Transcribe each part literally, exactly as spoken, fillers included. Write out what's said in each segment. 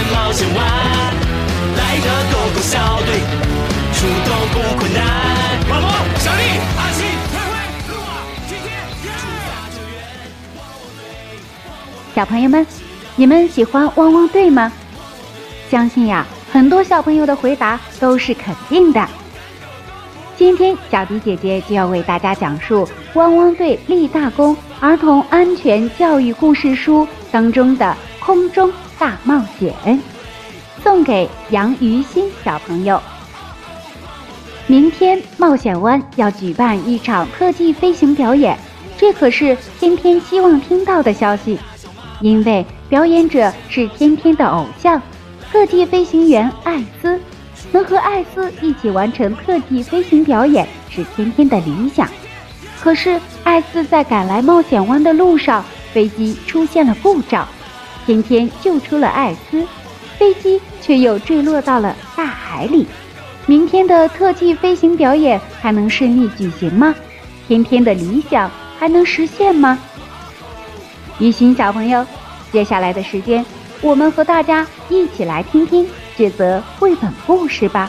冒险湾，来的狗狗小队，出动不困难。老婆、小丽、阿奇、灰灰、路啊，今天出发救援。 小朋友们，你们喜欢汪汪队吗？相信呀，很多小朋友的回答都是肯定的。今天小迪姐姐就要为大家讲述《汪汪队立大功儿童安全教育故事书》当中的空中大冒险，送给杨于欣小朋友。明天冒险湾要举办一场特技飞行表演，这可是天天希望听到的消息，因为表演者是天天的偶像，特技飞行员艾斯。能和艾斯一起完成特技飞行表演是天天的理想，可是艾斯在赶来冒险湾的路上，飞机出现了故障，天天救出了艾斯，飞机却又坠落到了大海里。明天的特技飞行表演还能顺利举行吗？天天的理想还能实现吗？于欣小朋友，接下来的时间我们和大家一起来听听这则绘本故事吧。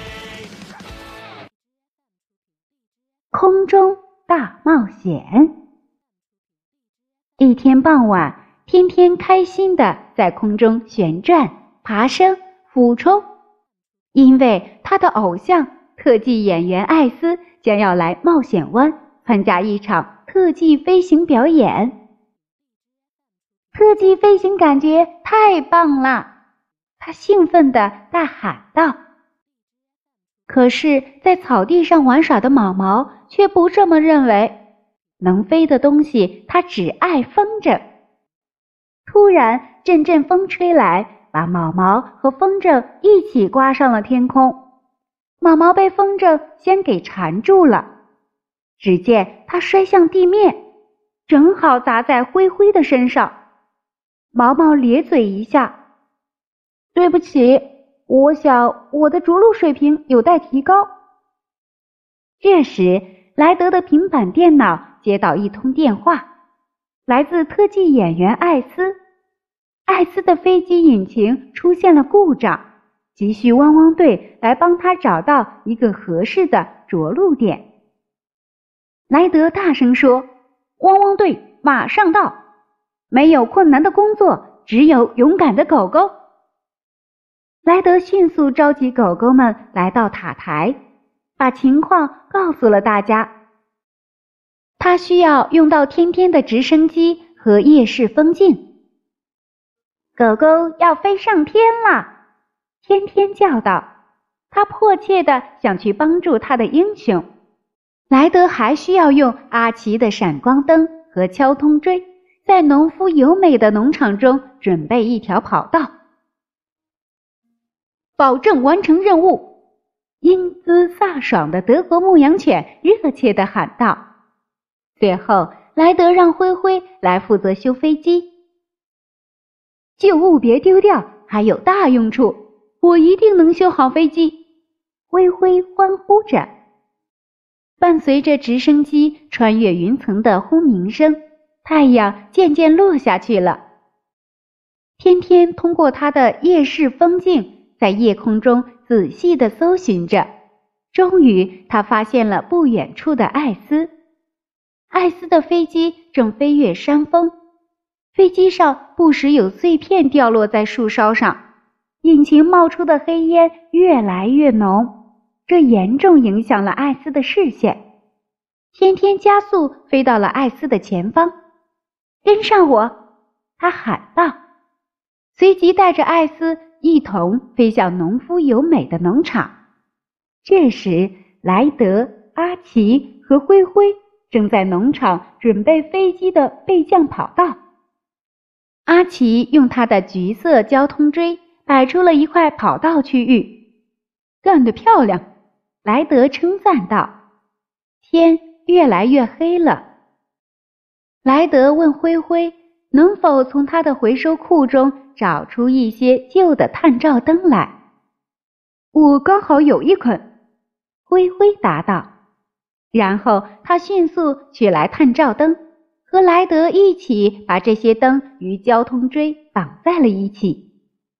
空中大冒险。一天傍晚，天天开心地在空中旋转、爬升、俯冲，因为他的偶像特技演员艾斯将要来冒险湾参加一场特技飞行表演。特技飞行感觉太棒了，他兴奋地大喊道。可是在草地上玩耍的毛毛却不这么认为，能飞的东西它只爱风筝。突然阵阵风吹来，把毛毛和风筝一起刮上了天空。毛毛被风筝先给缠住了，只见它摔向地面，正好砸在灰灰的身上。毛毛咧嘴一下，对不起，我想我的着陆水平有待提高。这时，莱德的平板电脑接到一通电话，来自特技演员艾斯。艾斯的飞机引擎出现了故障，急需汪汪队来帮他找到一个合适的着陆点。莱德大声说：“汪汪队马上到！没有困难的工作，只有勇敢的狗狗。”莱德迅速召集狗狗们来到塔台，把情况告诉了大家。他需要用到天天的直升机和夜视风镜。狗狗要飞上天了，天天叫道，他迫切地想去帮助他的英雄。莱德还需要用阿奇的闪光灯和敲通锥，在农夫优美的农场中准备一条跑道，保证完成任务。英姿飒爽的德国牧羊犬热切地喊道。最后，莱德让灰灰来负责修飞机。旧物别丢掉，还有大用处，我一定能修好飞机。灰灰欢呼着。伴随着直升机穿越云层的轰鸣声，太阳渐渐落下去了。天天通过他的夜视风镜，在夜空中仔细地搜寻着，终于他发现了不远处的艾斯。艾斯的飞机正飞越山峰，飞机上不时有碎片掉落在树梢上，引擎冒出的黑烟越来越浓，这严重影响了艾斯的视线。天天加速飞到了艾斯的前方，跟上我，他喊道，随即带着艾斯一同飞向农夫优美的农场。这时，莱德、阿奇和灰灰正在农场准备飞机的备降跑道。阿奇用他的橘色交通锥摆出了一块跑道区域。干得漂亮，莱德称赞道。天越来越黑了。莱德问灰灰能否从他的回收库中找出一些旧的探照灯来。我刚好有一捆，灰灰答道。然后他迅速取来探照灯，和莱德一起把这些灯与交通锥绑在了一起。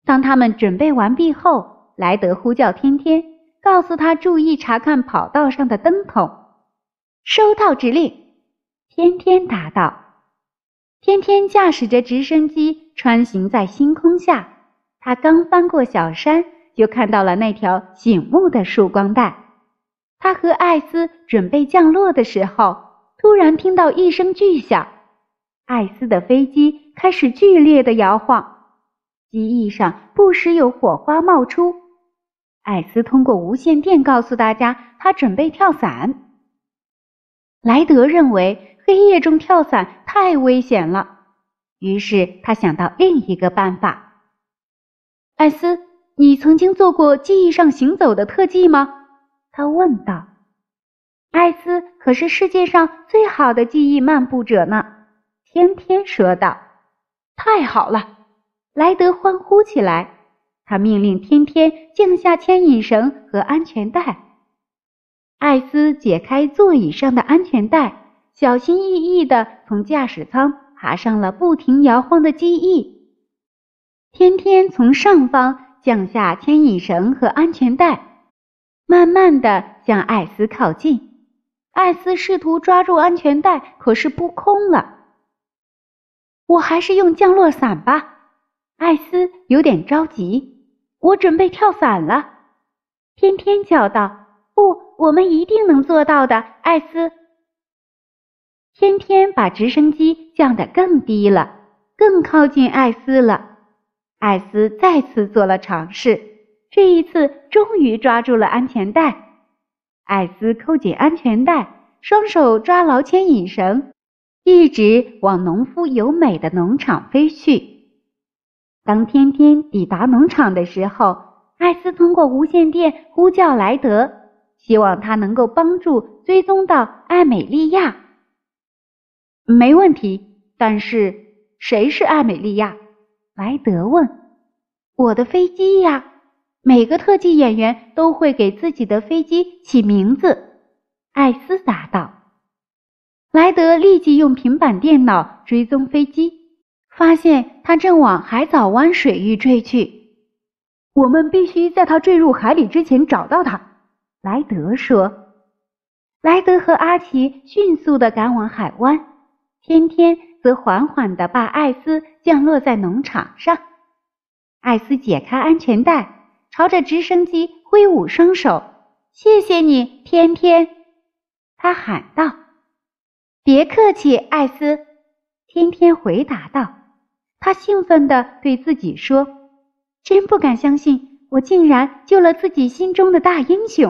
当他们准备完毕后，莱德呼叫天天，告诉他注意查看跑道上的灯筒。收到指令，天天答道。天天驾驶着直升机穿行在星空下，他刚翻过小山，就看到了那条醒目的曙光带。他和艾斯准备降落的时候，突然听到一声巨响，艾斯的飞机开始剧烈地摇晃，机翼上不时有火花冒出。艾斯通过无线电告诉大家，他准备跳伞。莱德认为黑夜中跳伞太危险了，于是他想到另一个办法。艾斯，你曾经做过机翼上行走的特技吗？他问道。艾斯可是世界上最好的记忆漫步者呢，天天说道。太好了，莱德欢呼起来。他命令天天降下牵引绳和安全带。艾斯解开座椅上的安全带，小心翼翼地从驾驶舱爬上了不停摇晃的机翼。天天从上方降下牵引绳和安全带，慢慢地向艾斯靠近。艾斯试图抓住安全带，可是扑空了。我还是用降落伞吧，艾斯有点着急。我准备跳伞了，天天叫道。不，我们一定能做到的，艾斯。天天把直升机降得更低了，更靠近艾斯了。艾斯再次做了尝试，这一次终于抓住了安全带。艾斯扣紧安全带，双手抓牢牵引绳，一直往农夫尤美的农场飞去。当天天抵达农场的时候，艾斯通过无线电呼叫莱德，希望他能够帮助追踪到艾美利亚。没问题，但是谁是艾美利亚？莱德问。我的飞机呀，每个特技演员都会给自己的飞机起名字，艾斯答道。莱德立即用平板电脑追踪飞机，发现它正往海藻湾水域坠去。我们必须在它坠入海里之前找到它，莱德说。莱德和阿奇迅速地赶往海湾，天天则缓缓地把艾斯降落在农场上。艾斯解开安全带，朝着直升机挥舞双手。谢谢你，天天，他喊道。别客气，艾斯，天天回答道。他兴奋地对自己说，真不敢相信，我竟然救了自己心中的大英雄。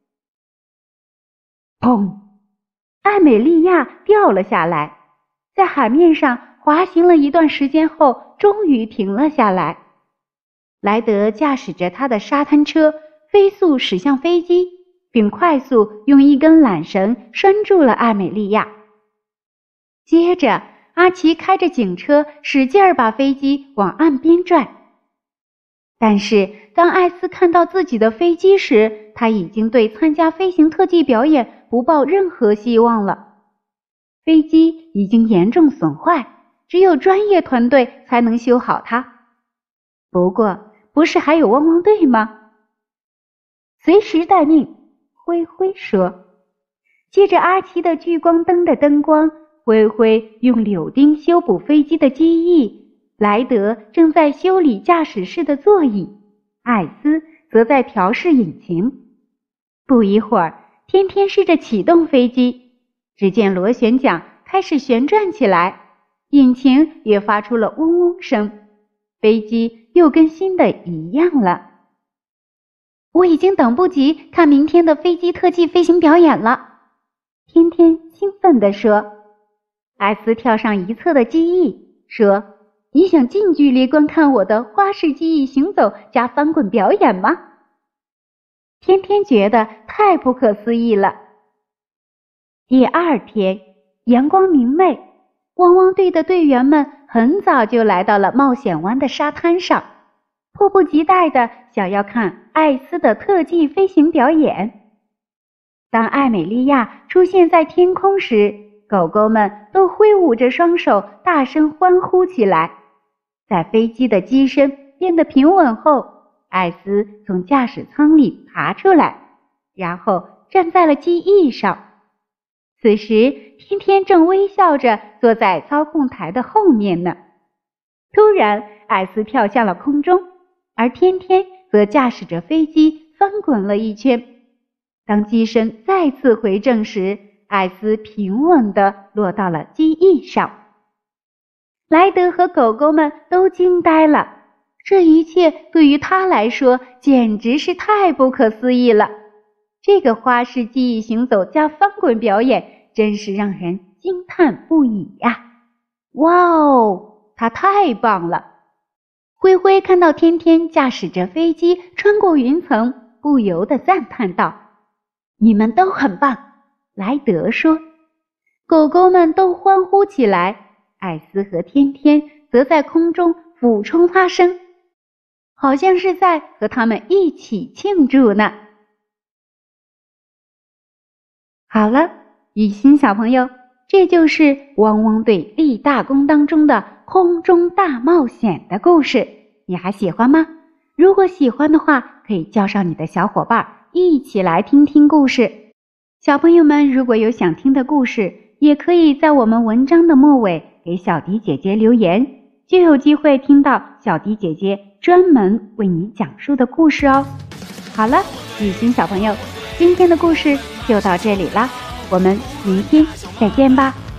砰！艾美利亚掉了下来，在海面上滑行了一段时间后，终于停了下来。莱德驾驶着他的沙滩车飞速驶向飞机，并快速用一根缆绳拴住了艾美利亚。接着阿奇开着警车使劲儿把飞机往岸边拽。但是当艾斯看到自己的飞机时，他已经对参加飞行特技表演不抱任何希望了。飞机已经严重损坏，只有专业团队才能修好它。不过不是还有汪汪队吗？随时待命，灰灰说。借着阿奇的聚光灯的灯光，灰灰用柳钉修补飞机的机翼，莱德正在修理驾驶室的座椅，艾斯则在调试引擎。不一会儿，天天试着启动飞机，只见螺旋桨开始旋转起来，引擎也发出了嗡嗡声，飞机又跟新的一样了。我已经等不及看明天的飞机特技飞行表演了，天天兴奋地说。艾斯跳上一侧的机翼，说，你想近距离观看我的花式机翼行走加翻滚表演吗？天天觉得太不可思议了。第二天，阳光明媚，汪汪队的队员们很早就来到了冒险湾的沙滩上，迫不及待地想要看艾斯的特技飞行表演。当艾美利亚出现在天空时，狗狗们都挥舞着双手，大声欢呼起来。在飞机的机身变得平稳后，艾斯从驾驶舱里爬出来，然后站在了机翼上。此时，天天正微笑着坐在操控台的后面呢。突然，艾斯跳向了空中，而天天则驾驶着飞机翻滚了一圈。当机身再次回正时，艾斯平稳地落到了机翼上。莱德和狗狗们都惊呆了，这一切对于他来说简直是太不可思议了。这个花式记忆行走加翻滚表演真是让人惊叹不已呀！哇哦，他太棒了！灰灰看到天天驾驶着飞机穿过云层，不由得赞叹道：“你们都很棒！”莱德说。狗狗们都欢呼起来，艾斯和天天则在空中俯冲发声，好像是在和他们一起庆祝呢。好了，雨欣小朋友，这就是汪汪队立大功当中的空中大冒险的故事，你还喜欢吗？如果喜欢的话，可以叫上你的小伙伴一起来听听故事。小朋友们如果有想听的故事，也可以在我们文章的末尾给小迪姐姐留言，就有机会听到小迪姐姐专门为你讲述的故事哦。好了，雨欣小朋友，今天的故事就到这里啦，我们明天再见吧。